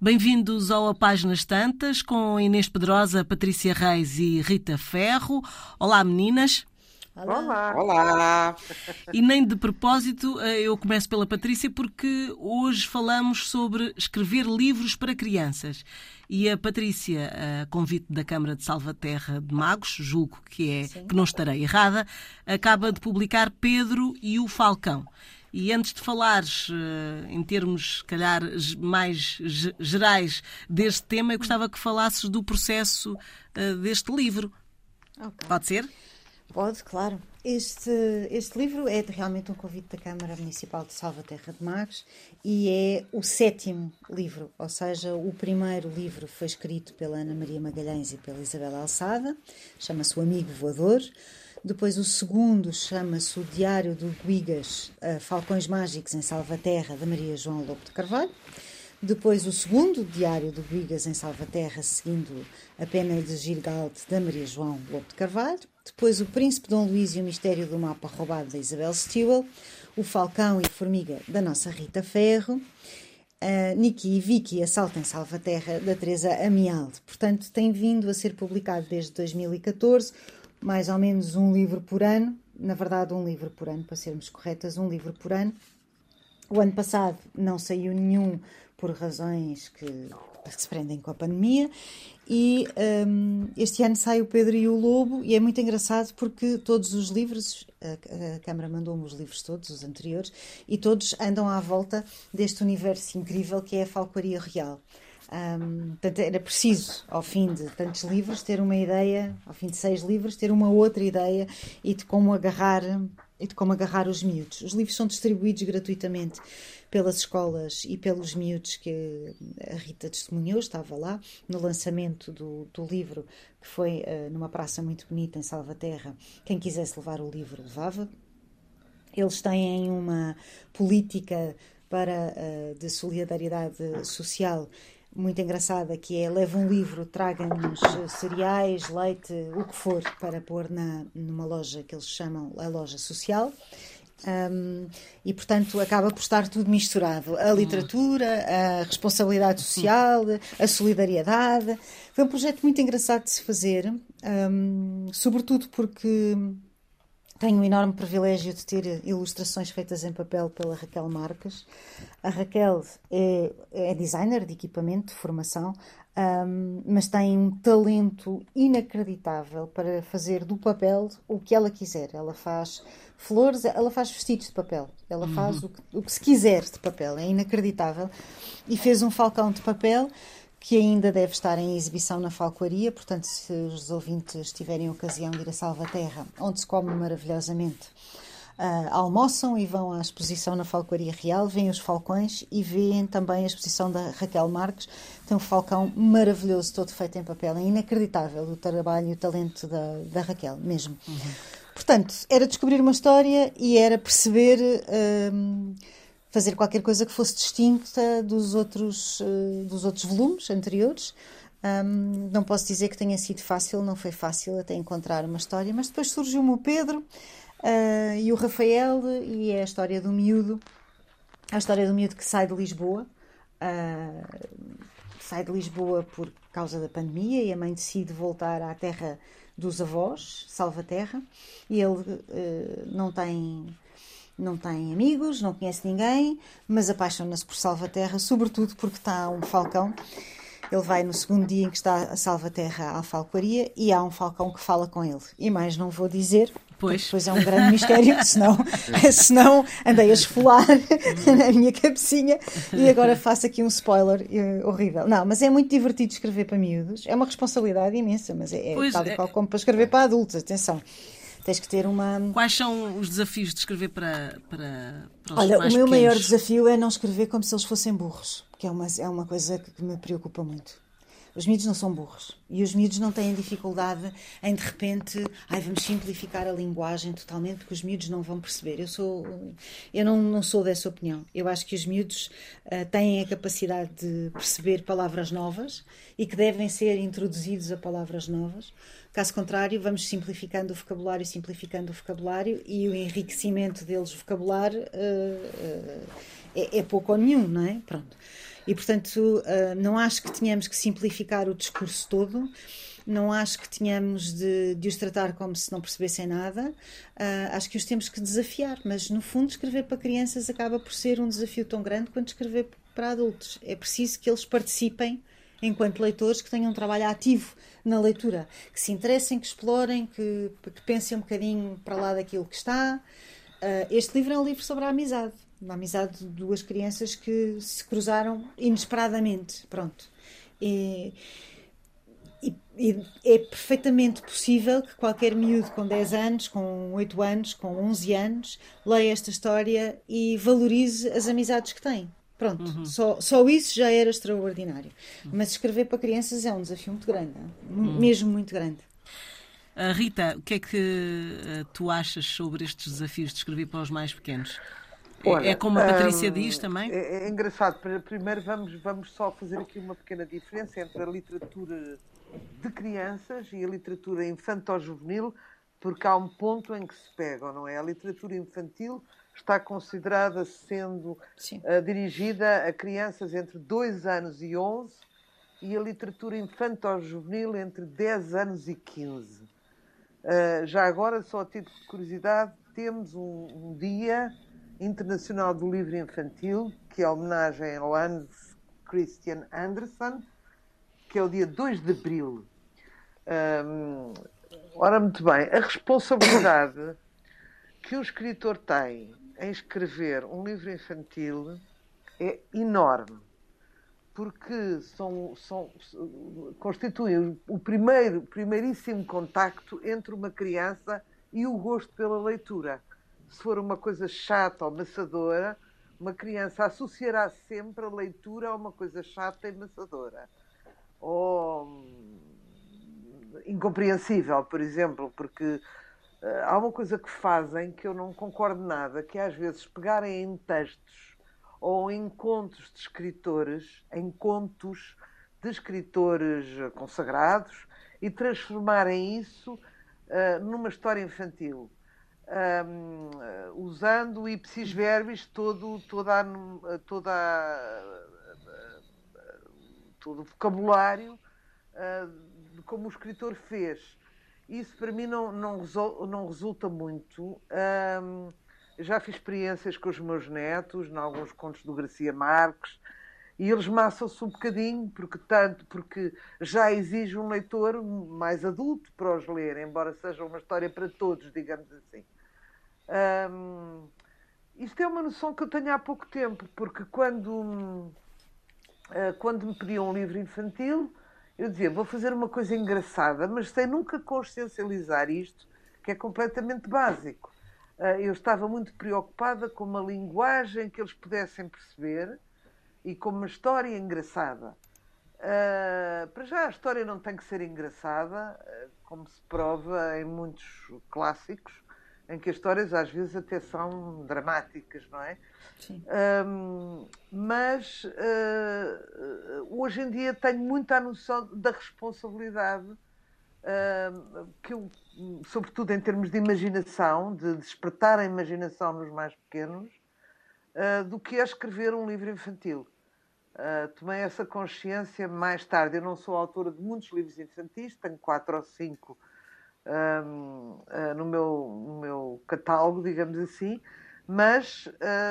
Bem-vindos ao A Páginas Tantas, com Inês Pedrosa, Patrícia Reis e Rita Ferro. Olá, meninas. Olá. Olá! E nem de propósito, eu começo pela Patrícia, porque hoje falamos sobre escrever livros para crianças. E a Patrícia, a convite da Câmara de Salvaterra de Magos, julgo que não estarei errada, acaba de publicar Pedro e o Falcão. E antes de falares em termos, se calhar, mais gerais deste tema, eu gostava que falasses do processo deste livro. Okay. Pode ser? Pode, claro. Este livro é realmente um convite da Câmara Municipal de Salvaterra de Magos e é o 7º livro, ou seja, o primeiro livro foi escrito pela Ana Maria Magalhães e pela Isabel Alçada, chama-se O Amigo Voador. Depois o segundo chama-se O Diário do Guigas, Falcões Mágicos em Salvaterra, da Maria João Lobo de Carvalho. Depois o segundo Diário do Guigas em Salvaterra, seguindo a Pena de Girgalde, da Maria João Lobo de Carvalho. Depois o Príncipe Dom Luís e o Mistério do Mapa Roubado, da Isabel Stewell. O Falcão e a Formiga, da nossa Rita Ferro. Niki e Vicky, Assalto em Salvaterra, da Teresa Amialde. Portanto, tem vindo a ser publicado desde 2014, mais ou menos um livro por ano. Na verdade, um livro por ano, para sermos corretas, um livro por ano. O ano passado não saiu nenhum por razões que se prendem com a pandemia e este ano sai o Pedro e o Lobo e é muito engraçado porque todos os livros, a Câmara mandou-me os livros todos, os anteriores, e todos andam à volta deste universo incrível que é a Falcoaria Real. Portanto, era preciso, ao fim de tantos livros, ter uma ideia, ao fim de 6 livros, ter uma outra ideia e de como agarrar os miúdos. Os livros são distribuídos gratuitamente pelas escolas e pelos miúdos que a Rita testemunhou, estava lá no lançamento do livro, que foi numa praça muito bonita em Salvaterra. Quem quisesse levar o livro levava. Eles têm uma política de solidariedade social muito engraçada, que é: leva um livro, traga-nos cereais, leite, o que for, para pôr numa loja que eles chamam a loja social. E portanto acaba por estar tudo misturado, a literatura, a responsabilidade social, a solidariedade. Foi um projeto muito engraçado de se fazer, sobretudo porque tenho o enorme privilégio de ter ilustrações feitas em papel pela Raquel Marques. A Raquel é designer de equipamento, de formação, mas tem um talento inacreditável para fazer do papel o que ela quiser. Ela faz flores, ela faz vestidos de papel, ela faz o que se quiser de papel, é inacreditável. E fez um falcão de papel que ainda deve estar em exibição na Falcoaria, portanto, se os ouvintes tiverem ocasião de ir a Salvaterra, onde se come maravilhosamente, almoçam e vão à exposição na Falcoaria Real, veem os falcões e veem também a exposição da Raquel Marques. Tem um falcão maravilhoso, todo feito em papel. É inacreditável o trabalho e o talento da Raquel, mesmo. Portanto, era descobrir uma história e era perceber... fazer qualquer coisa que fosse distinta dos outros volumes anteriores. Não posso dizer que tenha sido fácil, não foi fácil até encontrar uma história, mas depois surgiu-me o Pedro e o Rafael, e é a história do miúdo que sai de Lisboa. Sai de Lisboa por causa da pandemia e a mãe decide voltar à terra dos avós, Salvaterra, e ele não tem amigos, não conhece ninguém, mas apaixona-se por Salvaterra, sobretudo porque está um falcão. Ele vai no segundo dia em que está a Salvaterra à falcoaria e há um falcão que fala com ele. E mais não vou dizer, pois é um grande mistério, senão andei a esfolar na minha cabecinha e agora faço aqui um spoiler horrível. Não, mas é muito divertido escrever para miúdos, é uma responsabilidade imensa, mas é tal e qual como para escrever para adultos, atenção. Tens que ter uma... Quais são os desafios de escrever para os Olha, mais o meu pequenos? maior desafio é não escrever como se eles fossem burros, que é uma coisa que me preocupa muito. Os miúdos não são burros e os miúdos não têm dificuldade em, de repente, vamos simplificar a linguagem totalmente, porque os miúdos não vão perceber. Eu não sou dessa opinião. Eu acho que os miúdos têm a capacidade de perceber palavras novas e que devem ser introduzidos a palavras novas. Caso contrário, vamos simplificando o vocabulário e o enriquecimento deles vocabular é pouco ou nenhum, não é? Pronto. E, portanto, não acho que tenhamos que simplificar o discurso todo, não acho que tenhamos de os tratar como se não percebessem nada, acho que os temos que desafiar, mas, no fundo, escrever para crianças acaba por ser um desafio tão grande quanto escrever para adultos. É preciso que eles participem enquanto leitores, que tenham um trabalho ativo na leitura, que se interessem, que explorem, que pensem um bocadinho para lá daquilo que está. Este livro é um livro sobre a amizade. Uma amizade de duas crianças que se cruzaram inesperadamente. Pronto. E é perfeitamente possível que qualquer miúdo com 10 anos, com 8 anos, com 11 anos, leia esta história e valorize as amizades que tem. Pronto, só isso já era extraordinário. Mas escrever para crianças é um desafio muito grande, mesmo muito grande. Rita, o que é que tu achas sobre estes desafios de escrever para os mais pequenos? Olha, É como a Patrícia diz também? É engraçado. Primeiro vamos só fazer aqui uma pequena diferença entre a literatura de crianças e a literatura infanto-juvenil, porque há um ponto em que se pegam, não é? A literatura infantil está considerada sendo dirigida a crianças entre 2 anos e 11 e a literatura infanto-juvenil entre 10 anos e 15. Já agora, só a título de curiosidade, temos um dia internacional do livro infantil, que é a homenagem a Hans Christian Andersen, que é o dia 2 de abril. Ora, muito bem, a responsabilidade que um escritor tem em escrever um livro infantil é enorme, porque constituem o primeiríssimo contacto entre uma criança e o gosto pela leitura. Se for uma coisa chata ou maçadora, uma criança associará sempre a leitura a uma coisa chata e maçadora. Ou incompreensível, por exemplo, porque há uma coisa que fazem que eu não concordo nada, que é às vezes pegarem em textos ou em contos de escritores, consagrados e transformarem isso numa história infantil. Usando o ipsis verbis todo o vocabulário como o escritor fez. Isso para mim não resulta muito. Já fiz experiências com os meus netos, em alguns contos do Garcia Marques, e eles maçam-se um bocadinho, porque já exige um leitor mais adulto para os ler, embora seja uma história para todos, digamos assim. Isto é uma noção que eu tenho há pouco tempo, porque quando me pediam um livro infantil, eu dizia, vou fazer uma coisa engraçada, mas sem nunca consciencializar isto, que é completamente básico. Eu estava muito preocupada com uma linguagem que eles pudessem perceber e com uma história engraçada. Para já, a história não tem que ser engraçada, como se prova em muitos clássicos, em que as histórias às vezes até são dramáticas, não é? Sim. Mas hoje em dia tenho muita noção da responsabilidade que eu, sobretudo em termos de imaginação, de despertar a imaginação nos mais pequenos, do que é escrever um livro infantil. Tomei essa consciência mais tarde. Eu não sou autora de muitos livros infantis, tenho 4 ou 5 no meu catálogo, digamos assim, mas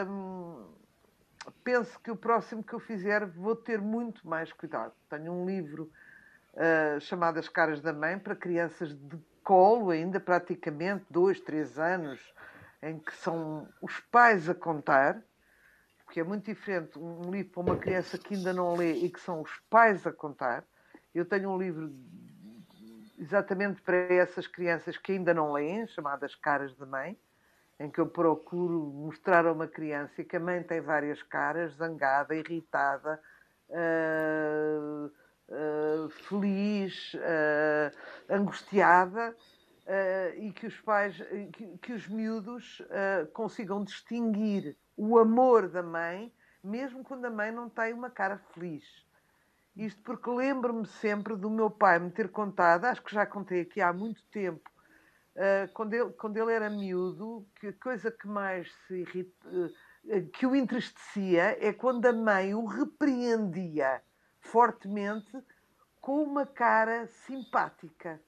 penso que o próximo que eu fizer vou ter muito mais cuidado. Tenho um livro chamado As Caras da Mãe, para crianças de colo, ainda praticamente 2, 3 anos, em que são os pais a contar, porque é muito diferente um livro para uma criança que ainda não lê e que são os pais a contar. Eu tenho um livro exatamente para essas crianças que ainda não leem, chamadas Caras da Mãe, em que eu procuro mostrar a uma criança que a mãe tem várias caras, zangada, irritada, feliz, angustiada, e que os pais, que os miúdos consigam distinguir o amor da mãe, mesmo quando a mãe não tem uma cara feliz. Isto porque lembro-me sempre do meu pai me ter contado, acho que já contei aqui há muito tempo, quando ele era miúdo, que a coisa que mais que o entristecia é quando a mãe o repreendia fortemente com uma cara simpática.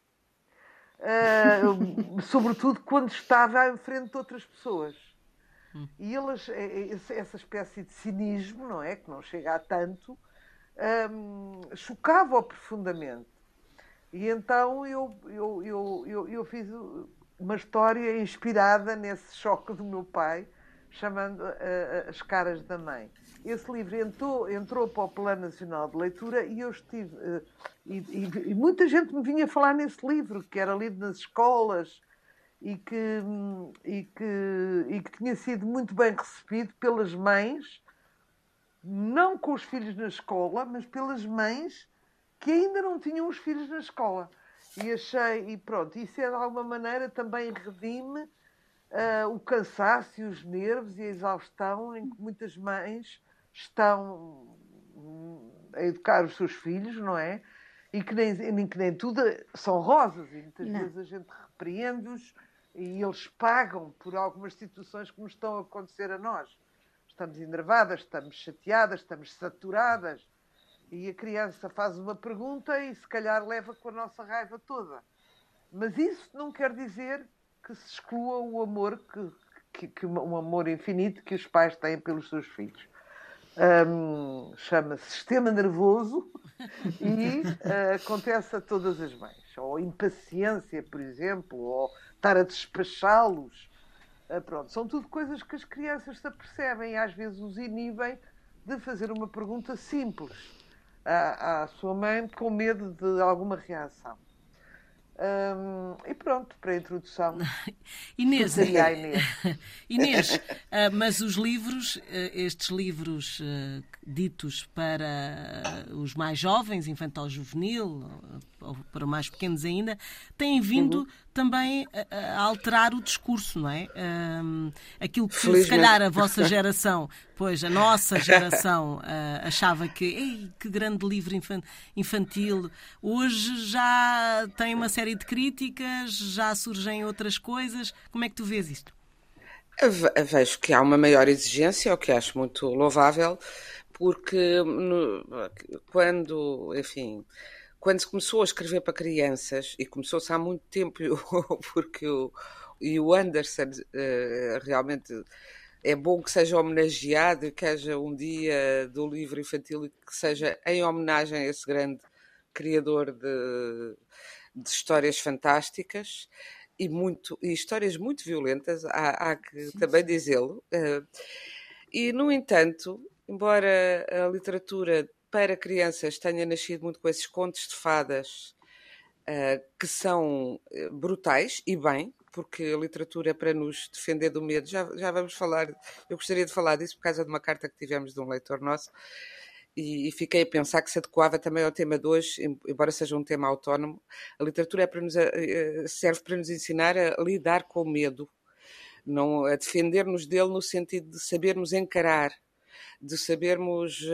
Sobretudo quando estava em frente de outras pessoas. E elas, essa espécie de cinismo, não é? Que não chega a tanto, chocava-o profundamente. E então eu fiz uma história inspirada nesse choque do meu pai, chamando As Caras da Mãe. Esse livro entrou para o Plano Nacional de Leitura e eu estive... E muita gente me vinha falar nesse livro, que era lido nas escolas e que tinha sido muito bem recebido pelas mães, não com os filhos na escola, mas pelas mães que ainda não tinham os filhos na escola. E pronto, isso é de alguma maneira também redime o cansaço e os nervos e a exaustão em que muitas mães estão a educar os seus filhos, não é? E que nem tudo são rosas, e muitas vezes a gente repreende-os e eles pagam por algumas situações que nos estão a acontecer a nós. Estamos enervadas, estamos chateadas, estamos saturadas, e a criança faz uma pergunta e se calhar leva com a nossa raiva toda. Mas isso não quer dizer que se exclua o amor, um amor infinito que os pais têm pelos seus filhos. Chama-se sistema nervoso e acontece a todas as mães. Ou impaciência, por exemplo, ou estar a despachá-los. Pronto, são tudo coisas que as crianças se apercebem e às vezes os inibem de fazer uma pergunta simples à sua mãe com medo de alguma reação. E pronto, para a introdução. Inês, Inês, mas os livros, estes livros ditos para os mais jovens, infantil-juvenil, ou para mais pequenos ainda, têm vindo também a alterar o discurso, não é? Aquilo que se calhar a vossa geração, pois a nossa geração achava que grande livro infantil, hoje já tem uma série de críticas, já surgem outras coisas. Como é que tu vês isto? Vejo que há uma maior exigência, o que acho muito louvável, porque quando se começou a escrever para crianças, e começou-se há muito tempo, porque o Anderson realmente é bom que seja homenageado e que haja um dia do livro infantil e que seja em homenagem a esse grande criador de histórias fantásticas e histórias muito violentas, há que também dizê-lo. E, no entanto, embora a literatura para crianças tenha nascido muito com esses contos de fadas que são brutais, e bem, porque a literatura é para nos defender do medo. Já vamos falar, eu gostaria de falar disso por causa de uma carta que tivemos de um leitor nosso, e fiquei a pensar que se adequava também ao tema de hoje, embora seja um tema autónomo. A literatura serve para nos ensinar a lidar com o medo, não a defender-nos dele no sentido de sabermos encarar, de sabermos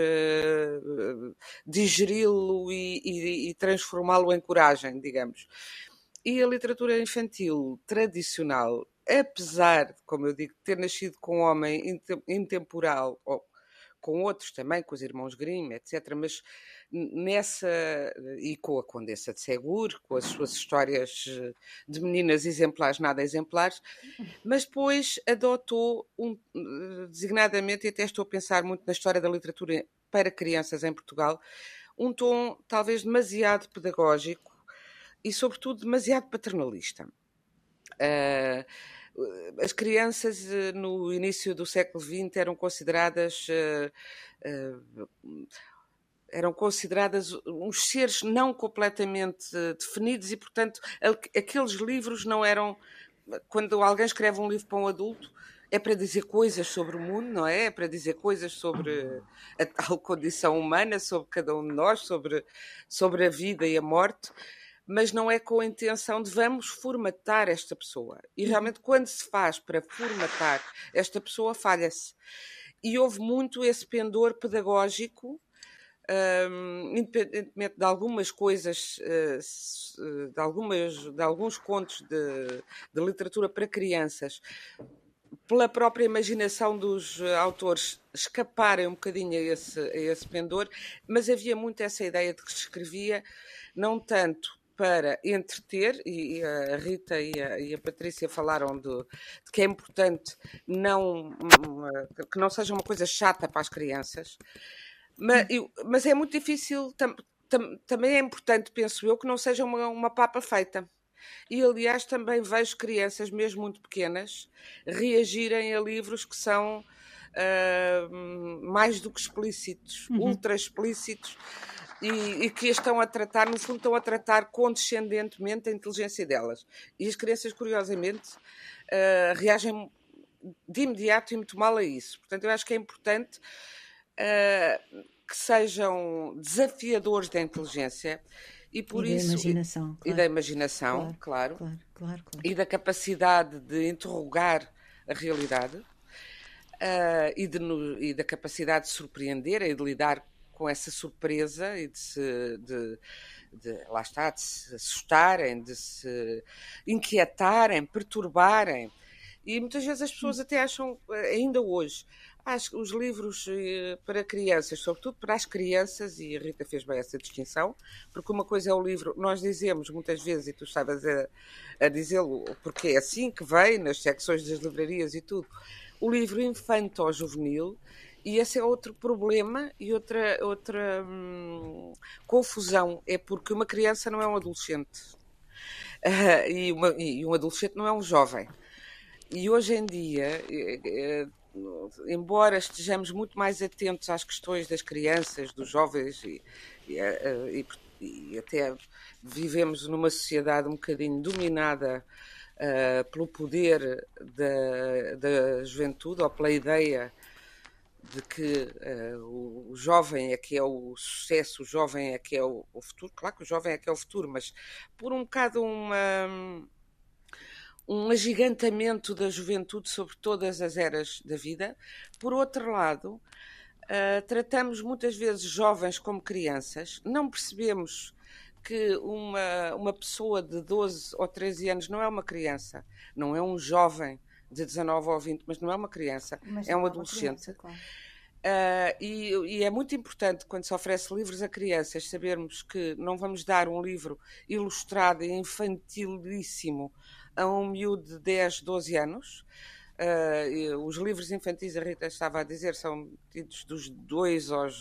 digeri-lo e transformá-lo em coragem, digamos. E a literatura infantil tradicional, apesar, como eu digo, de ter nascido com um homem intemporal, ou com outros também, com os irmãos Grimm, etc., mas e com a Condessa de Ségur, com as suas histórias de meninas exemplares, nada exemplares, mas depois adotou, designadamente, e até estou a pensar muito na história da literatura para crianças em Portugal, um tom talvez demasiado pedagógico e, sobretudo, demasiado paternalista. As crianças no início do século XX eram consideradas uns seres não completamente definidos e, portanto, aqueles livros não eram... Quando alguém escreve um livro para um adulto, é para dizer coisas sobre o mundo, não é? É para dizer coisas sobre a tal condição humana, sobre cada um de nós, sobre a vida e a morte, mas não é com a intenção de vamos formatar esta pessoa. E realmente quando se faz para formatar esta pessoa, falha-se. E houve muito esse pendor pedagógico, independentemente de algumas coisas, de alguns contos de literatura para crianças, pela própria imaginação dos autores escaparem um bocadinho a esse pendor, mas havia muito essa ideia de que se escrevia não tanto para entreter, e a Rita e a Patrícia falaram de que é importante que não seja uma coisa chata para as crianças, mas é muito difícil, também é importante, penso eu, que não seja uma papa feita. E, aliás, também vejo crianças, mesmo muito pequenas, reagirem a livros que são mais do que explícitos, ultra explícitos, e que estão a tratar, no fundo, estão a tratar condescendentemente a inteligência delas. E as crianças, curiosamente, reagem de imediato e muito mal a isso. Portanto, eu acho que é importante que sejam desafiadores da inteligência e por e isso da imaginação, claro. E da imaginação, claro. E da capacidade de interrogar a realidade e da capacidade de surpreender e de lidar com essa surpresa e de se assustarem, de se inquietarem, perturbarem. E muitas vezes as pessoas até acham, ainda hoje, os livros para crianças, sobretudo para as crianças, e a Rita fez bem essa distinção, porque uma coisa é o livro, nós dizemos muitas vezes, e tu estavas a dizê-lo, porque é assim que vem nas secções das livrarias e tudo, o livro infanto-juvenil, e esse é outro problema e outra confusão, é porque uma criança não é um adolescente, e um adolescente não é um jovem. E hoje em dia, embora estejamos muito mais atentos às questões das crianças, dos jovens, e até vivemos numa sociedade um bocadinho dominada pelo poder da juventude, ou pela ideia de que o jovem é que é o sucesso, o jovem é que é o futuro. Claro que o jovem é que é o futuro, mas por um bocado um agigantamento da juventude sobre todas as eras da vida. Por outro lado, tratamos muitas vezes jovens como crianças, não percebemos que uma pessoa de 12 ou 13 anos não é uma criança, não é um jovem de 19 ou 20, mas não é uma criança, é um adolescente. Criança, claro. E é muito importante, quando se oferece livros a crianças, sabermos que não vamos dar um livro ilustrado e infantilíssimo a um miúdo de 10, 12 anos. Os livros infantis, a Rita estava a dizer, são tidos dos 2 aos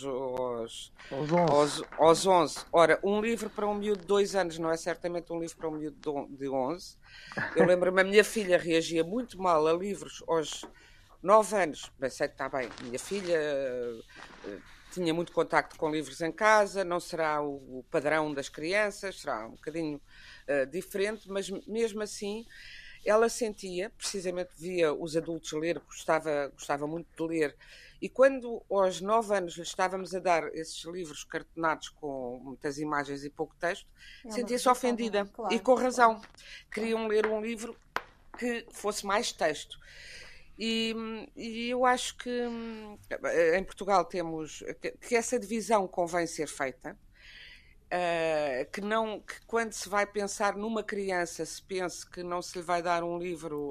11. Ora, um livro para um miúdo de 2 anos não é certamente um livro para um miúdo de 11. Eu lembro-me, a minha filha reagia muito mal a livros aos 9 anos. Bem, sei que está bem. Minha filha tinha muito contacto com livros em casa, não será o padrão das crianças, será um bocadinho diferente, mas mesmo assim ela sentia, precisamente via os adultos ler, gostava muito de ler, e quando aos 9 anos lhe estávamos a dar esses livros cartonados com muitas imagens e pouco texto, sentia-se ofendida, claro, e com razão. Claro. Queriam ler um livro que fosse mais texto. E eu acho que em Portugal temos que essa divisão convém ser feita, que quando se vai pensar numa criança se pense que não se lhe vai dar um livro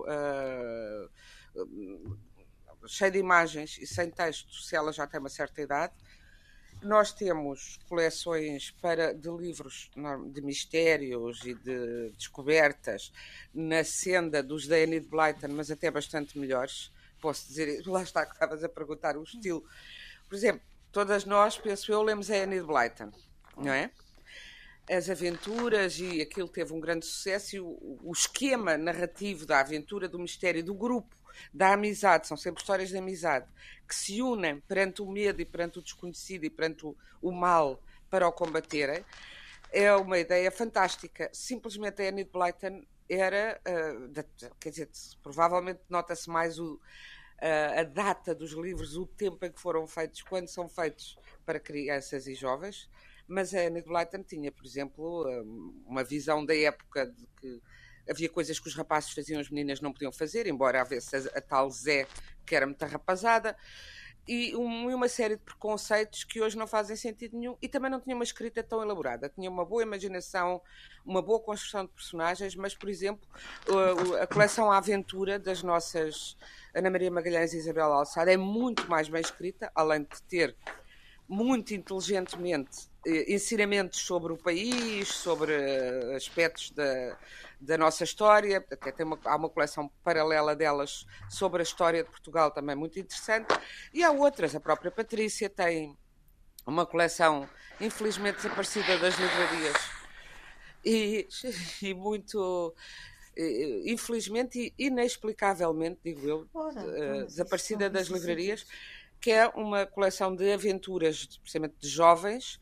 cheio de imagens e sem texto se ela já tem uma certa idade. Nós temos coleções de livros de mistérios e de descobertas na senda dos da Enid Blyton, mas até bastante melhores. Posso dizer, lá está que estavas a perguntar o estilo. Por exemplo, todas nós, penso eu, lemos a Enid Blyton, não é? As aventuras, e aquilo teve um grande sucesso, e o esquema narrativo da aventura, do mistério, do grupo, da amizade, são sempre histórias de amizade, que se unem perante o medo e perante o desconhecido e perante o mal para o combaterem, é uma ideia fantástica. Simplesmente a Enid Blyton era, quer dizer, provavelmente nota-se mais a data dos livros, o tempo em que foram feitos, quando são feitos para crianças e jovens, mas a Enid Blyton tinha, por exemplo, uma visão da época de que havia coisas que os rapazes faziam, as meninas não podiam fazer, embora houvesse a tal Zé, que era muito rapazada. e uma série de preconceitos que hoje não fazem sentido nenhum, e também não tinha uma escrita tão elaborada. Tinha uma boa imaginação, uma boa construção de personagens, mas, por exemplo, a coleção A Aventura das nossas Ana Maria Magalhães e Isabel Alçada é muito mais bem escrita, além de ter muito inteligentemente ensinamentos sobre o país, sobre aspectos da nossa história. Até há uma coleção paralela delas sobre a história de Portugal também muito interessante. E há outras. A própria Patrícia tem uma coleção, infelizmente desaparecida, das livrarias. E muito... infelizmente e inexplicavelmente, digo eu, desaparecida das livrarias, que é uma coleção de aventuras, precisamente de jovens,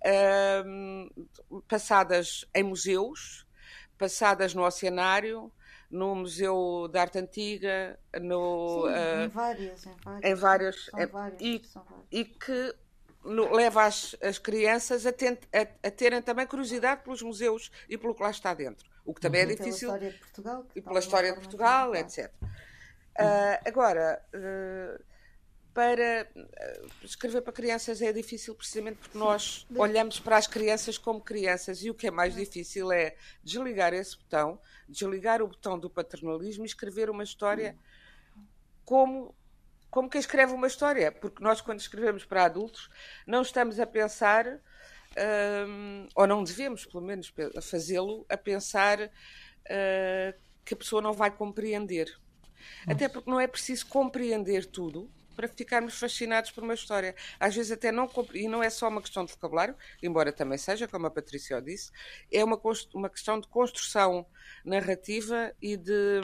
passadas em museus, passadas no Oceanário, no Museu da Arte Antiga, em várias. E que leva as crianças a terem também curiosidade pelos museus e pelo que lá está dentro. O que também é difícil. Pela história de Portugal. E pela história de Portugal, etc. Agora, para escrever para crianças é difícil precisamente porque nós olhamos para as crianças como crianças, e o que é mais difícil é desligar esse botão, desligar o botão do paternalismo e escrever uma história como quem escreve uma história, porque nós, quando escrevemos para adultos, não estamos a pensar, ou não devemos pelo menos fazê-lo, a pensar que a pessoa não vai compreender. Até porque não é preciso compreender tudo para ficarmos fascinados por uma história. Às vezes até não, e não é só uma questão de vocabulário, embora também seja, como a Patrícia disse, é uma questão de construção narrativa e de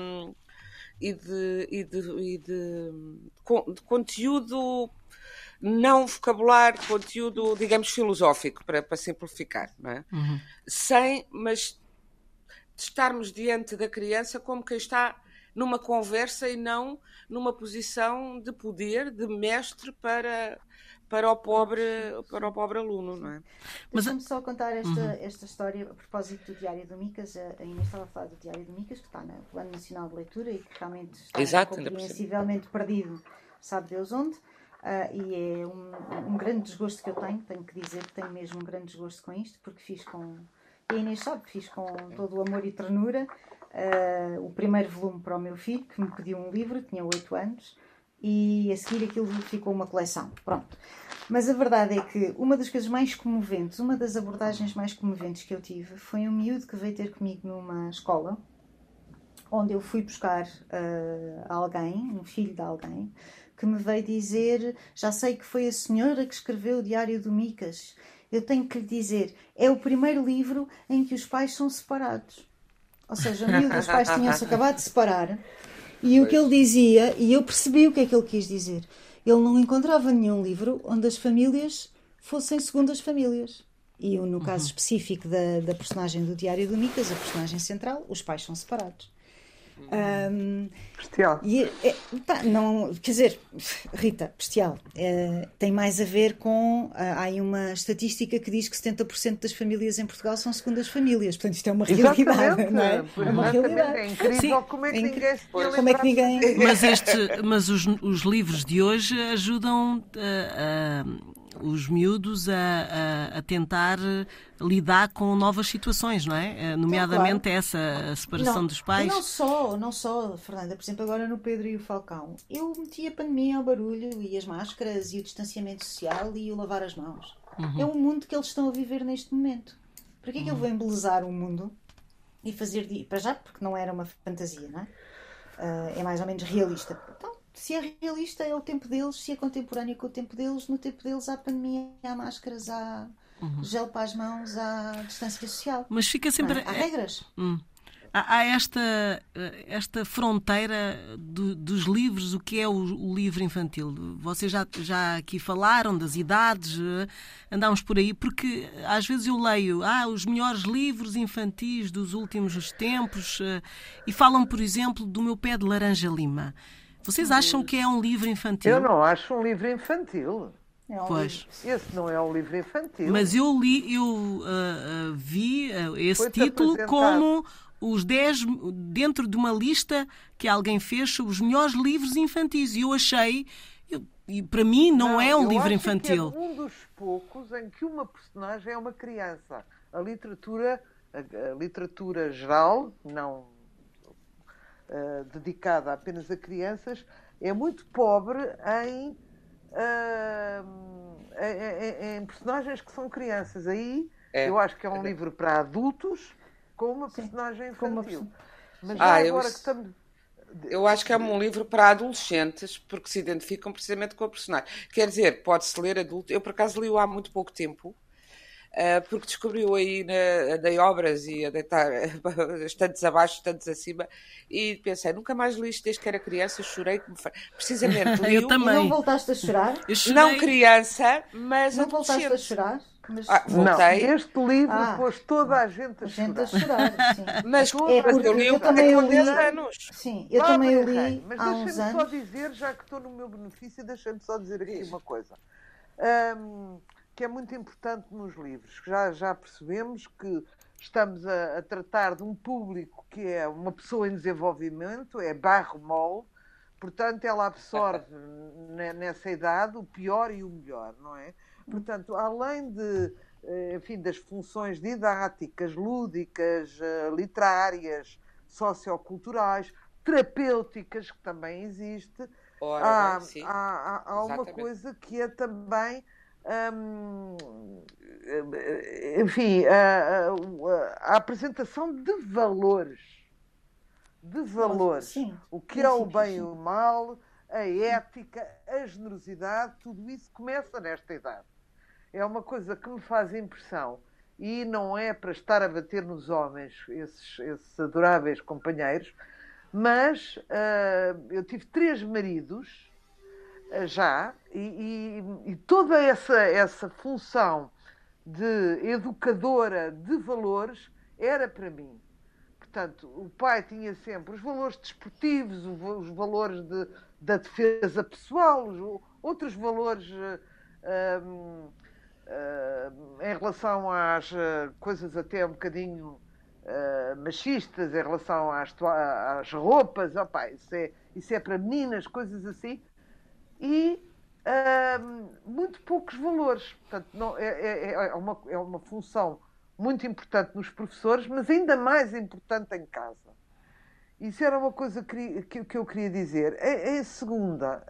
conteúdo não vocabulário, conteúdo, digamos, filosófico, para simplificar, não é? Mas de estarmos diante da criança como quem está numa conversa e não numa posição de poder, de mestre para o pobre aluno, não é? Deixa-me só contar esta história a propósito do Diário do Micas. A Inês estava a falar do Diário do Micas, que está no Plano Nacional de Leitura e que realmente está compreensivelmente perdido, sabe Deus onde. E é um grande desgosto que eu tenho que dizer que tenho mesmo um grande desgosto com isto, porque fiz com... E a Inês sabe, fiz com todo o amor e ternura o primeiro volume para o meu filho, que me pediu um livro, tinha 8 anos, e a seguir aquilo ficou uma coleção. Pronto. Mas a verdade é que uma das coisas mais comoventes, uma das abordagens mais comoventes que eu tive, foi um miúdo que veio ter comigo numa escola, onde eu fui buscar alguém, um filho de alguém, que me veio dizer: já sei que foi a senhora que escreveu o Diário do Micas. Eu tenho que lhe dizer, é o primeiro livro em que os pais são separados. Ou seja, o miúdo, os pais tinham-se acabado de separar, e o que ele dizia, e eu percebi o que é que ele quis dizer, ele não encontrava nenhum livro onde as famílias fossem segundas famílias. E no caso específico da personagem do Diário do Micas, a personagem central, os pais são separados. Bestial. Não, quer dizer, Rita, bestial. Tem mais a ver com... há aí uma estatística que diz que 70% das famílias em Portugal são segundas famílias. Portanto, isto é uma realidade, não é? É uma realidade. É incrível. Sim, como é que ninguém se pode como é que ninguém... Mas os livros de hoje ajudam os miúdos a tentar lidar com novas situações, não é? Nomeadamente claro. Essa a separação dos pais. Não só, Fernanda. Por exemplo, agora no Pedro e o Falcão, eu meti a pandemia ao barulho e as máscaras e o distanciamento social e o lavar as mãos. É o mundo que eles estão a viver neste momento. Para que é que eu vou embelezar o mundo e fazer... Para já, porque não era uma fantasia, não é? É mais ou menos realista. Então, se é realista, é o tempo deles. Se é contemporâneo, com o tempo deles. No tempo deles há pandemia, há máscaras, há gel para as mãos, há distância social. Mas fica sempre... Há regras. Há esta fronteira dos livros, o que é o livro infantil. Vocês já aqui falaram das idades, andámos por aí, porque às vezes eu leio os melhores livros infantis dos últimos tempos e falam, por exemplo, do Meu Pé de Laranja Lima. Vocês acham que é um livro infantil? Eu não acho um livro infantil. Pois. Esse não é um livro infantil. Mas eu vi esse título como os 10 dentro de uma lista que alguém fez sobre os melhores livros infantis. E eu achei, E para mim não é um eu livro acho infantil. Que é um dos poucos em que uma personagem é uma criança. A literatura geral, não dedicada apenas a crianças, é muito pobre em personagens que são crianças. Aí eu acho que é um livro para adultos com uma personagem infantil. Mas já agora que estamos... Eu acho que é um livro para adolescentes, porque se identificam precisamente com a personagem. Quer dizer, pode-se ler adulto. Eu, por acaso, li-o há muito pouco tempo, porque descobriu aí, dei obras e a deitar estantes abaixo, estantes acima, e pensei, nunca mais li isto desde que era criança, chorei, precisamente li-o. Eu também. E não voltaste a chorar? Não criança, mas não adolescente. Voltaste a chorar? Mas... voltei. Não, este livro pôs toda a gente a chorar. Sim. Mas eu li com 10 anos. Sim, eu também o li mas há uns anos. Deixa-me só dizer, já que estou no meu benefício, deixa-me só dizer aqui uma coisa. Que é muito importante nos livros. Já percebemos que estamos a tratar de um público que é uma pessoa em desenvolvimento, é barro mole, portanto ela absorve nessa idade o pior e o melhor, não é? Portanto, além das funções didáticas, lúdicas, literárias, socioculturais, terapêuticas, que também existe, há uma coisa que é também a apresentação de valores. Sim, o que é o bem e o mal, a ética, a generosidade, tudo isso começa nesta idade. É uma coisa que me faz impressão e não é para estar a bater nos homens, esses adoráveis companheiros, mas eu tive 3 maridos já, e toda essa função de educadora de valores era para mim. Portanto, o pai tinha sempre os valores desportivos, os valores da defesa pessoal, outros valores em relação às coisas até um bocadinho machistas, em relação às roupas. Isso é para meninas, coisas assim. E muito poucos valores. Portanto, é uma função muito importante nos professores, mas ainda mais importante em casa. Isso era uma coisa que eu queria dizer. Em segunda,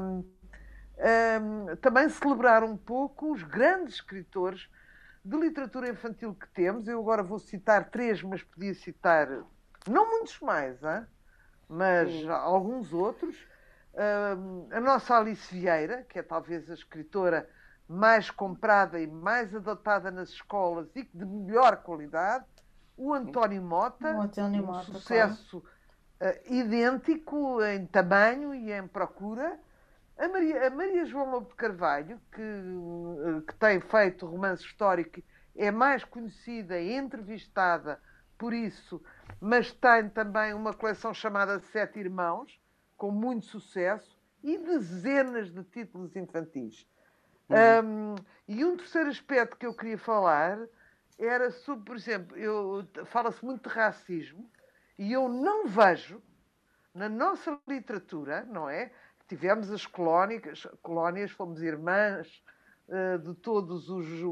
também celebrar um pouco os grandes escritores de literatura infantil que temos. Eu agora vou citar 3, mas podia citar não muitos mais, mas alguns outros. A nossa Alice Vieira, que é talvez a escritora mais comprada e mais adotada nas escolas e de melhor qualidade. O António Mota, um sucesso idêntico em tamanho e em procura. A Maria João Lobo de Carvalho, que tem feito romance histórico, é mais conhecida e entrevistada por isso, mas tem também uma coleção chamada 7 Irmãos, com muito sucesso, e dezenas de títulos infantis. E um terceiro aspecto que eu queria falar era sobre, por exemplo, fala-se muito de racismo, e eu não vejo na nossa literatura, não é? Tivemos as colónias, fomos irmãs de todos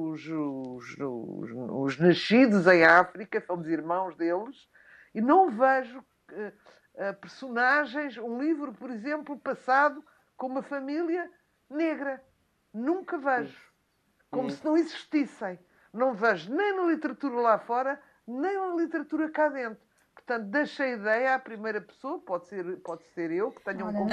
os nascidos em África, fomos irmãos deles, e não vejo personagens, um livro, por exemplo, passado com uma família negra. Nunca vejo. Como se não existissem. Não vejo nem na literatura lá fora, nem na literatura cá dentro. Portanto, deixa a ideia à primeira pessoa, pode ser eu, que tenha um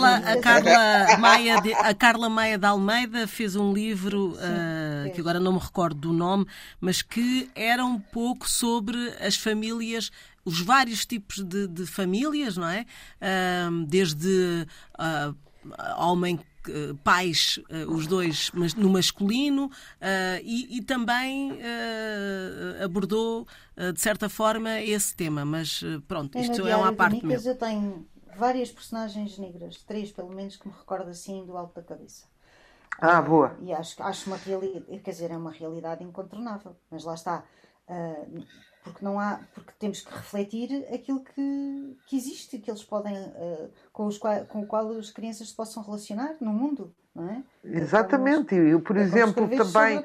A Carla Maia de Almeida fez um livro, que agora não me recordo do nome, mas que era um pouco sobre as famílias, os vários tipos de famílias, não é? Desde homem, pais, os dois no masculino, e também abordou de certa forma esse tema, mas pronto, isto é uma parte mesmo. Eu tenho várias personagens negras, 3 pelo menos, que me recordo assim do alto da cabeça. Boa. E acho uma realidade, quer dizer, é uma realidade incontornável, mas lá está. Porque não há, porque temos que refletir aquilo que existe, que eles podem, com o qual as crianças se possam relacionar no mundo, não é? Exatamente, e por exemplo também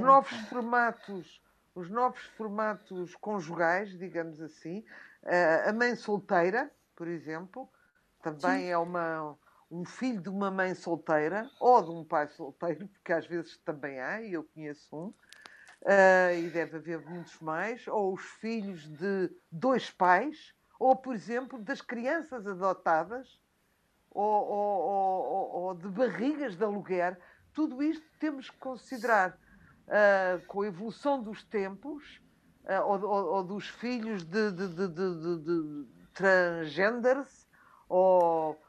os novos formatos conjugais, digamos assim, a mãe solteira, por exemplo, também Sim. é um filho de uma mãe solteira ou de um pai solteiro, porque às vezes também há, e eu conheço um. E deve haver muitos mais, ou os filhos de dois pais, ou, por exemplo, das crianças adotadas, ou de barrigas de aluguer. Tudo isto temos que considerar com a evolução dos tempos, ou dos filhos de transgenders, ou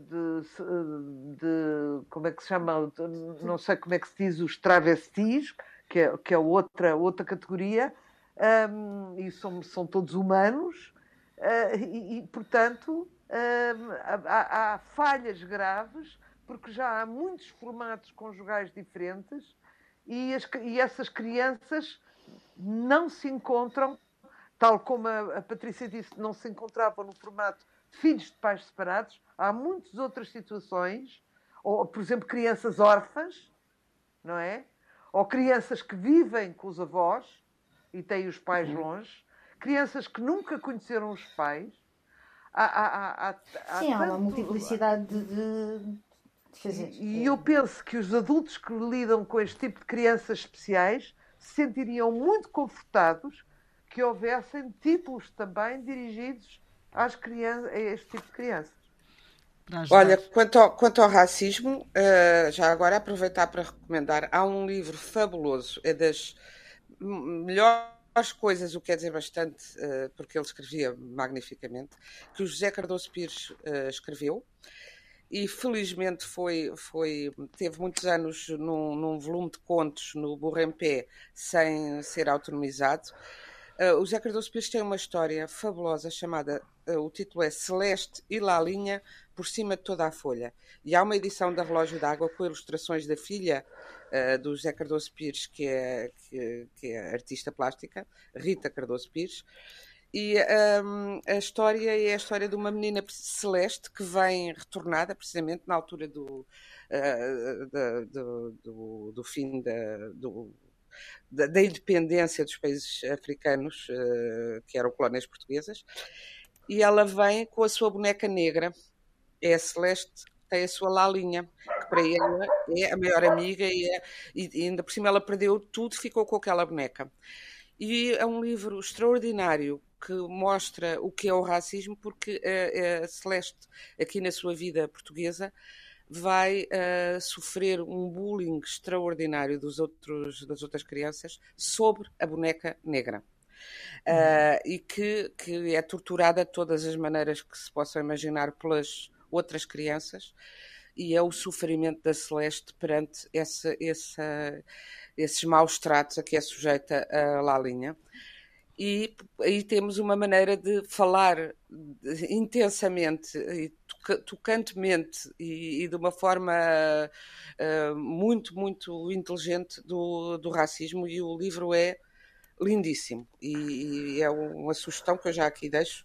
de como é que se chama? Não sei como é que se diz, os travestis, que é outra categoria, e são todos humanos, portanto, há falhas graves, porque já há muitos formatos conjugais diferentes e essas crianças não se encontram, tal como a Patrícia disse, não se encontravam no formato de filhos de pais separados. Há muitas outras situações, ou, por exemplo, crianças órfãs, não é? Ou crianças que vivem com os avós e têm os pais longe, crianças que nunca conheceram os pais. Sim, há uma multiplicidade de fazer. E eu penso que os adultos que lidam com este tipo de crianças especiais se sentiriam muito confortados que houvessem títulos também dirigidos às crianças, a este tipo de crianças. Olha, quanto ao racismo, já agora aproveitar para recomendar, há um livro fabuloso, é das melhores coisas, o que quer dizer bastante, porque ele escrevia magnificamente, que o José Cardoso Pires escreveu, e felizmente teve muitos anos num volume de contos no Burro em Pé, sem ser autonomizado. O José Cardoso Pires tem uma história fabulosa chamada, o título é Celeste e Lalinha por cima de toda a folha. E há uma edição da Relógio d'Água com ilustrações da filha do José Cardoso Pires, que é artista plástica, Rita Cardoso Pires. E a história é a história de uma menina celeste que vem retornada precisamente na altura do fim da independência dos países africanos, que eram colónias portuguesas, e ela vem com a sua boneca negra, é a Celeste, tem a sua Lalinha, que para ela é a maior amiga, e ainda por cima ela perdeu tudo, ficou com aquela boneca. E é um livro extraordinário que mostra o que é o racismo, porque a Celeste, aqui na sua vida portuguesa, vai sofrer um bullying extraordinário das outras crianças sobre a boneca negra. E que é torturada de todas as maneiras que se possam imaginar pelas outras crianças, e é o sofrimento da Celeste perante esses maus tratos a que é sujeita a Lalinha. E aí temos uma maneira de falar intensamente e tocantemente e de uma forma muito, muito inteligente do racismo, e o livro é lindíssimo, e é uma sugestão que eu já aqui deixo.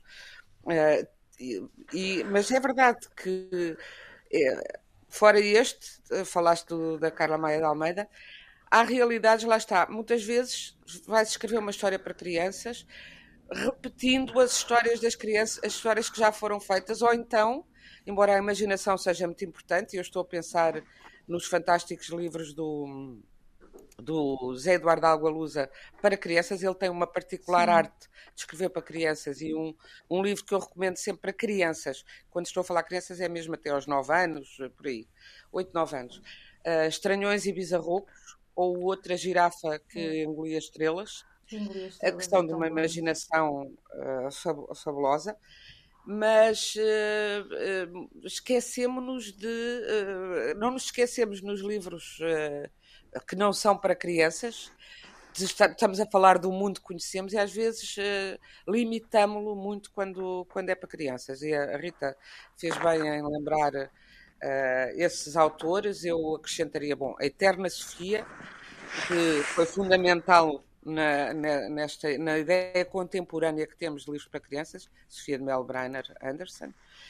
Mas é verdade que, fora falaste da Carla Maia de Almeida, há realidades, lá está, muitas vezes vai-se escrever uma história para crianças repetindo as histórias das crianças, as histórias que já foram feitas, ou então, embora a imaginação seja muito importante, e eu estou a pensar nos fantásticos livros do Zé Eduardo Agualusa para crianças, ele tem uma particular arte de escrever para crianças, e um livro que eu recomendo sempre para crianças, quando estou a falar crianças é mesmo até aos 9 anos, por aí, 8, 9 anos, Estranhões e Bizarrocos, ou outra Girafa que engolia estrelas, a questão de uma imaginação fabulosa. Mas não nos esquecemos nos livros que não são para crianças. Estamos a falar do mundo que conhecemos, e às vezes limitamo-lo muito quando é para crianças. E a Rita fez bem em lembrar esses autores. Eu acrescentaria, a Eterna Sofia, que foi fundamental na ideia contemporânea que temos de livros para crianças, Sofia de Melbrenner Anderson.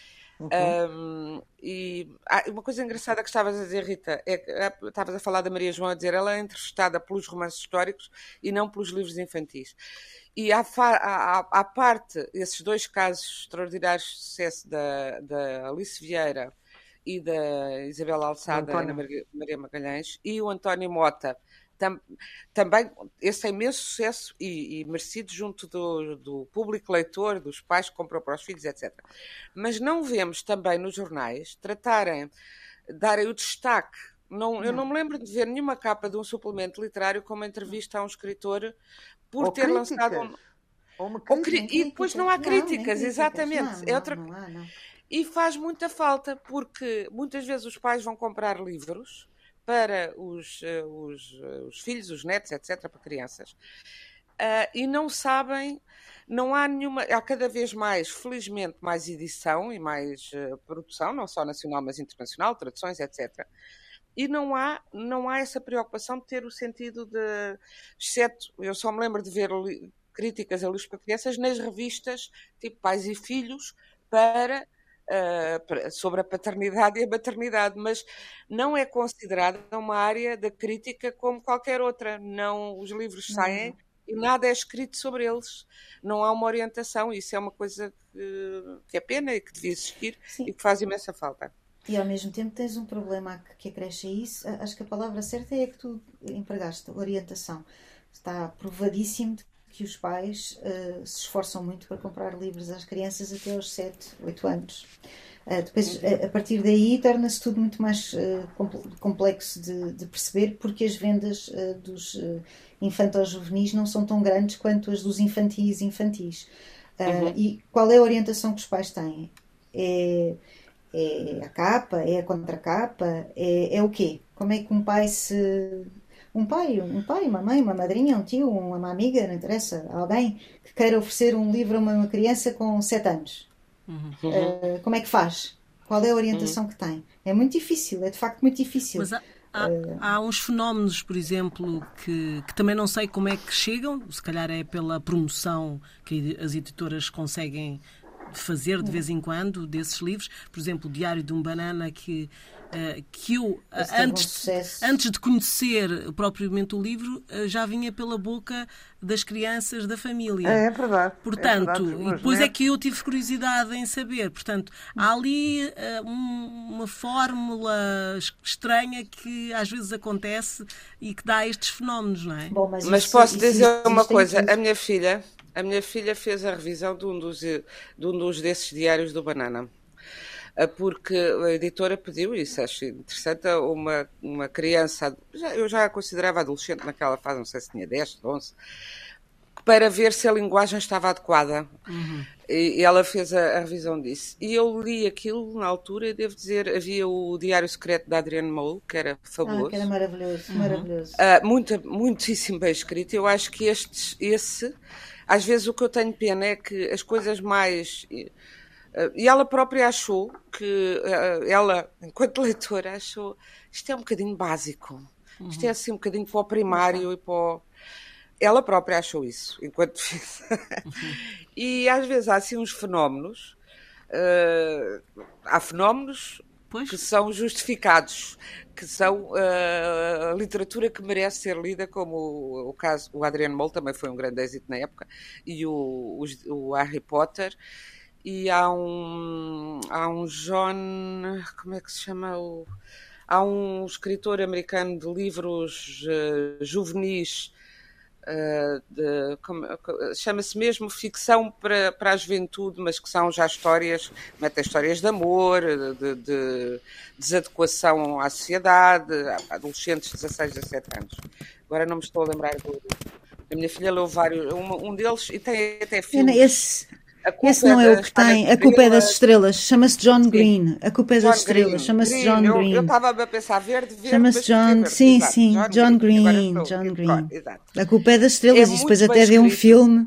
E uma coisa engraçada que estavas a dizer, Rita, é que estavas a falar da Maria João, a dizer ela é interessada pelos romances históricos e não pelos livros infantis. E à parte esses dois casos extraordinários de sucesso da Alice Vieira e da Isabel Alçada e da Maria Magalhães e o António Mota, também esse tem imenso sucesso e merecido junto do público leitor, dos pais que compram para os filhos, etc. Mas não vemos também nos jornais darem o destaque. Eu não me lembro de ver nenhuma capa de um suplemento literário com uma entrevista a um escritor por ter lançado... E depois não há críticas, exatamente. Não. E faz muita falta, porque muitas vezes os pais vão comprar livros para os filhos, os netos, etc., para crianças, e não sabem, não há nenhuma, há cada vez mais, felizmente, mais edição e mais produção, não só nacional, mas internacional, traduções, etc., e não há essa preocupação de ter o sentido de, exceto, eu só me lembro de ver críticas a livros para crianças nas revistas, tipo Pais e Filhos, sobre a paternidade e a maternidade, mas não é considerada uma área da crítica como qualquer outra. Não, os livros saem e nada é escrito sobre eles. Não há uma orientação. Isso é uma coisa que é pena e que devia existir. Sim. E que faz imensa falta. E ao mesmo tempo tens um problema que acresce a isso. Acho que a palavra certa é a que tu empregaste, orientação. Está provadíssimo que os pais se esforçam muito para comprar livros às crianças até aos 7, 8 anos. Depois, a partir daí, torna-se tudo muito mais complexo de perceber, porque as vendas dos infantos-juvenis não são tão grandes quanto as dos infantis. E qual é a orientação que os pais têm? É a capa? É a contracapa? É o quê? Como é que um pai se... Um pai, uma mãe, uma madrinha, um tio, uma amiga, não interessa, alguém que queira oferecer um livro a uma criança com 7 anos. Como é que faz? Qual é a orientação que tem? É muito difícil, é de facto muito difícil. Mas há uns fenómenos, por exemplo, que também não sei como é que chegam, se calhar é pela promoção que as editoras conseguem fazer de vez em quando desses livros. Por exemplo, o Diário de um Banana, que eu, antes de conhecer propriamente o livro, já vinha pela boca das crianças da família. É verdade. Portanto, e depois é que eu tive curiosidade em saber. Portanto, há ali uma fórmula estranha que às vezes acontece e que dá estes fenómenos, não é? Bom, mas posso dizer uma coisa. A minha filha fez a revisão de um dos desses diários do Banana. Porque a editora pediu isso, acho interessante, uma criança, eu já a considerava adolescente naquela fase, não sei se tinha 10, 11, para ver se a linguagem estava adequada. E ela fez a revisão disso. E eu li aquilo na altura e devo dizer, havia o Diário Secreto da Adrienne Moule, que era fabuloso. Que era maravilhoso, maravilhoso. Muitíssimo bem escrito. Eu acho que às vezes o que eu tenho pena é que as coisas mais... E ela própria achou que, ela, enquanto leitora, achou isto é um bocadinho básico. Isto é assim um bocadinho para o primário e para o... Ela própria achou isso, enquanto fiz. E às vezes há assim uns fenómenos, há fenómenos que são justificados, que são a literatura que merece ser lida, como o caso, o Adrienne Moule também foi um grande êxito na época, e o Harry Potter. E há um John... Como é que se chama? Há um escritor americano de livros juvenis, chama-se mesmo ficção para a juventude, mas que são já histórias, metem histórias de amor, de desadequação à sociedade, adolescentes de 16, 17 anos. Agora não me estou a lembrar a minha filha leu vários, um deles, e tem até filmes. Esse não é o que tem. A Culpa é das Estrelas. Chama-se John Green. A Culpa é das Estrelas. Chama-se John Green. Eu estava a pensar verde. Chama-se John. Sim, sim. John Green. John Green. A Culpa é das Estrelas. E depois até deu um filme.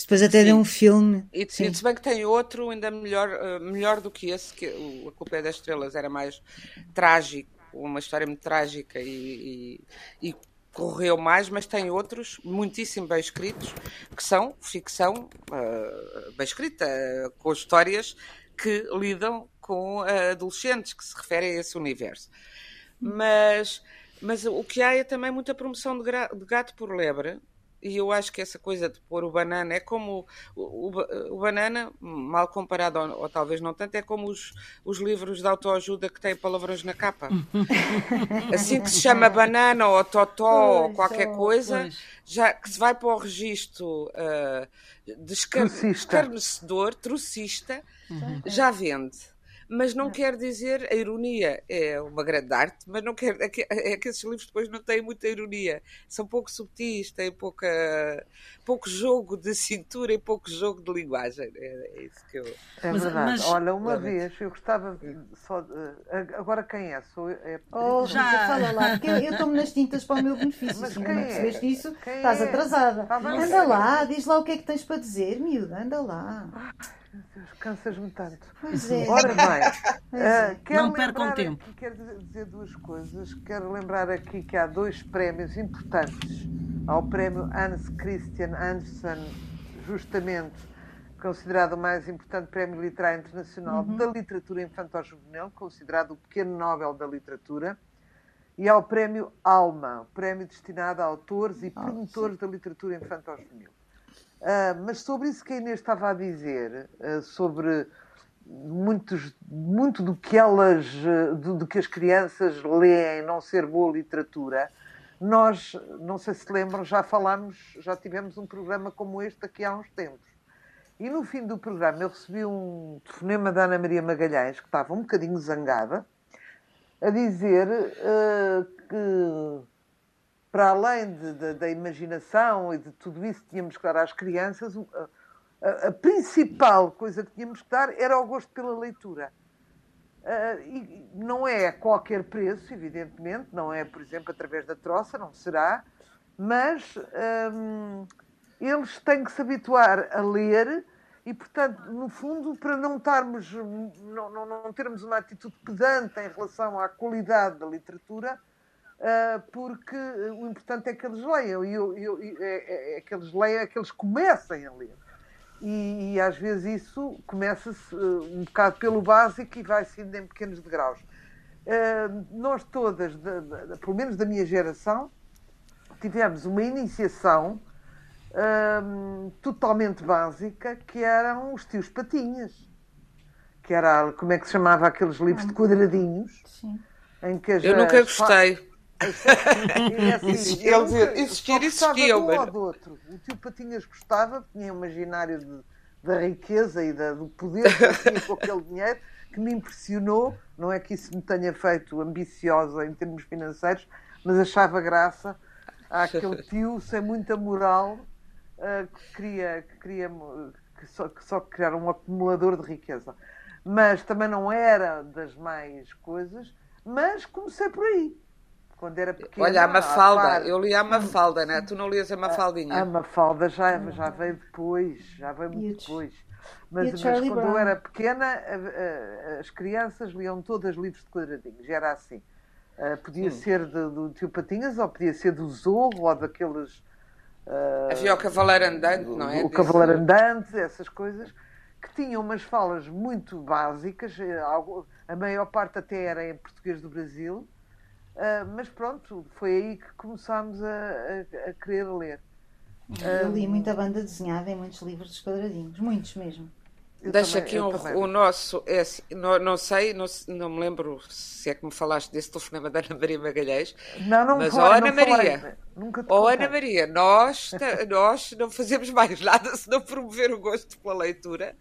E se bem que tem outro ainda melhor do que esse, que A Culpa é das Estrelas era mais trágico, uma história muito trágica e correu mais, mas tem outros muitíssimo bem escritos, que são ficção bem escrita, com histórias que lidam com adolescentes, que se referem a esse universo. Mas o que há é também muita promoção de gato por lebre, e eu acho que essa coisa de pôr o banana é como o banana, mal comparado, ou talvez não tanto, é como os livros de autoajuda que têm palavrões na capa. Assim que se chama banana ou totó ou qualquer coisa, já que se vai para o registro de escarnecedor, trocista, já vende. Mas não quer dizer, a ironia é uma grande arte, mas não quer, é que esses livros depois não têm muita ironia, são pouco subtis, têm pouco jogo de cintura e pouco jogo de linguagem. É isso que eu... É verdade. Olha, uma vez eu gostava só de... Agora quem é? Já fala lá, porque eu tomo nas tintas para o meu benefício. Mas se não percebeste isso, quem estás atrasada. Anda lá, diz lá o que é que tens para dizer, miúda, anda lá. Deus, cansas-me tanto. Pois é. Ora bem, não percam tempo. Quero dizer duas coisas. Quero lembrar aqui que há 2 prémios importantes. Há o prémio Hans Christian Andersen, justamente considerado o mais importante prémio literário internacional da literatura infantil-juvenil, considerado o pequeno Nobel da literatura. E há o prémio Alma, prémio destinado a autores e promotores da literatura infantil-juvenil. Mas sobre isso que a Inês estava a dizer, sobre muito do que as crianças leem não ser boa literatura, nós, não sei se lembram, já tivemos um programa como este aqui há uns tempos. E no fim do programa eu recebi um telefonema da Ana Maria Magalhães, que estava um bocadinho zangada, a dizer que, para além da imaginação e de tudo isso que tínhamos que dar às crianças, a principal coisa que tínhamos que dar era o gosto pela leitura. E não é a qualquer preço, evidentemente, não é, por exemplo, através da troça, não será, mas eles têm que se habituar a ler e, portanto, no fundo, para não termos uma atitude pedante em relação à qualidade da literatura, porque o importante é que eles leiam, é que eles leiam, é que eles comecem a ler. E às vezes isso começa-se um bocado pelo básico e vai-se indo em pequenos degraus. Nós todas, pelo menos da minha geração, tivemos uma iniciação totalmente básica, que eram os Tios Patinhas, que era, como é que se chamava, aqueles livros de quadradinhos. Sim. Em que eu nunca gostei. Existia um ou do outro. O Tio Patinhas gostava, tinha um imaginário da riqueza e do poder que tinha com aquele dinheiro, que me impressionou. Não é que isso me tenha feito ambiciosa em termos financeiros, mas achava graça àquele tio sem muita moral, que só criar um acumulador de riqueza. Mas também não era das mais coisas, mas comecei por aí. Quando era pequena... Olha, a Mafalda, eu li a Mafalda, né? Tu não lias a Mafaldinha? A Mafalda já veio depois, já veio muito depois. Mas quando eu era pequena, as crianças liam todas livros de quadradinhos, era assim. Podia ser do Tio Patinhas, ou podia ser do Zorro, ou daqueles... Havia o Cavaleiro Andante, não é? O Cavaleiro Andante, essas coisas, que tinham umas falas muito básicas, a maior parte até era em português do Brasil, mas pronto, foi aí que começámos a querer ler. Eu li muita banda desenhada em muitos livros dos quadradinhos, muitos mesmo. Deixa aqui o nosso, não sei, não me lembro se é que me falaste desse telefonema da Ana Maria Magalhães, mas Ana Maria, Ana Maria, nós não fazemos mais nada senão promover o gosto pela leitura.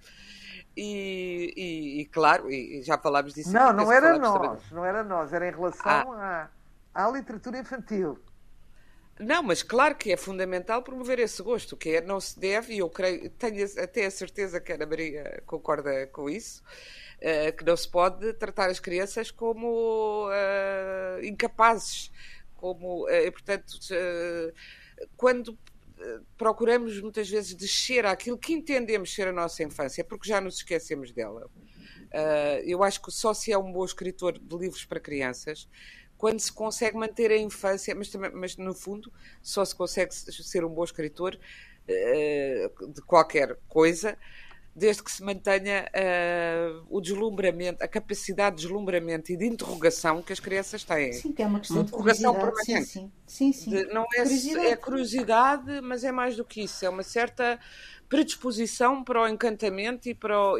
E claro, e já falámos disso. Não era nós, era em relação à literatura infantil. Não, mas claro que é fundamental promover esse gosto, que não se deve, e eu tenho até a certeza que a Ana Maria concorda com isso, que não se pode tratar as crianças como incapazes, portanto, quando procuramos muitas vezes descer àquilo que entendemos ser a nossa infância, porque já nos esquecemos dela. Eu acho que só se é um bom escritor de livros para crianças quando se consegue manter a infância, mas no fundo só se consegue ser um bom escritor de qualquer coisa, desde que se mantenha o deslumbramento, a capacidade de deslumbramento e de interrogação que as crianças têm. Sim, que é uma questão de interrogação permanente. Sim. Não é curiosidade, mas é mais do que isso. É uma certa predisposição para o encantamento e para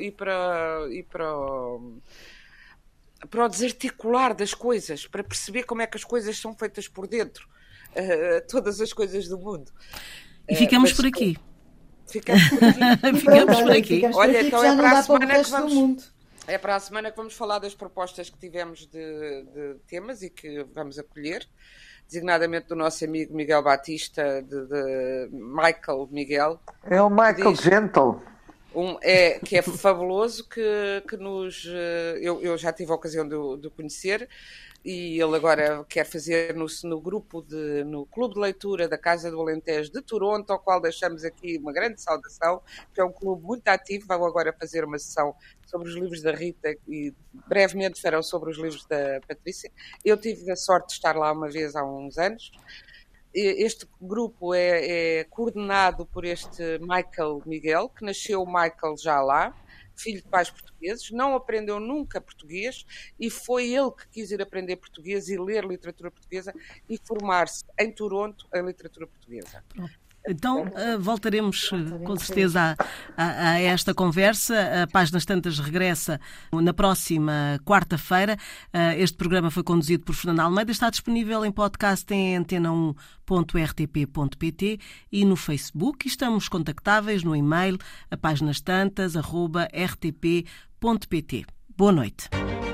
o desarticular das coisas, para perceber como é que as coisas são feitas por dentro. Todas as coisas do mundo. E ficamos por aqui. Ficamos por aqui. Ficamos por aqui. Olha, então é para a semana que vamos... É para a semana que vamos falar das propostas que tivemos de temas e que vamos acolher, designadamente do nosso amigo Miguel Batista, de Michael Miguel. É o Michael Gentle. Que é fabuloso, que nos... Eu já tive a ocasião de conhecer, e ele agora quer fazer no grupo, no Clube de Leitura da Casa do Alentejo de Toronto, ao qual deixamos aqui uma grande saudação, que é um clube muito ativo. Vão agora fazer uma sessão sobre os livros da Rita e brevemente farão sobre os livros da Patrícia. Eu tive a sorte de estar lá uma vez há uns anos. Este grupo é coordenado por este Michael Miguel, que nasceu Michael já lá, filho de pais portugueses, não aprendeu nunca português e foi ele que quis ir aprender português e ler literatura portuguesa e formar-se em Toronto em literatura portuguesa. Então, voltaremos com certeza a esta conversa. A Páginas Tantas regressa na próxima quarta-feira. Este programa foi conduzido por Fernando Almeida. Está disponível em podcast em antena1.rtp.pt e no Facebook. Estamos contactáveis no e-mail apaginastantas@rtp.pt. Boa noite.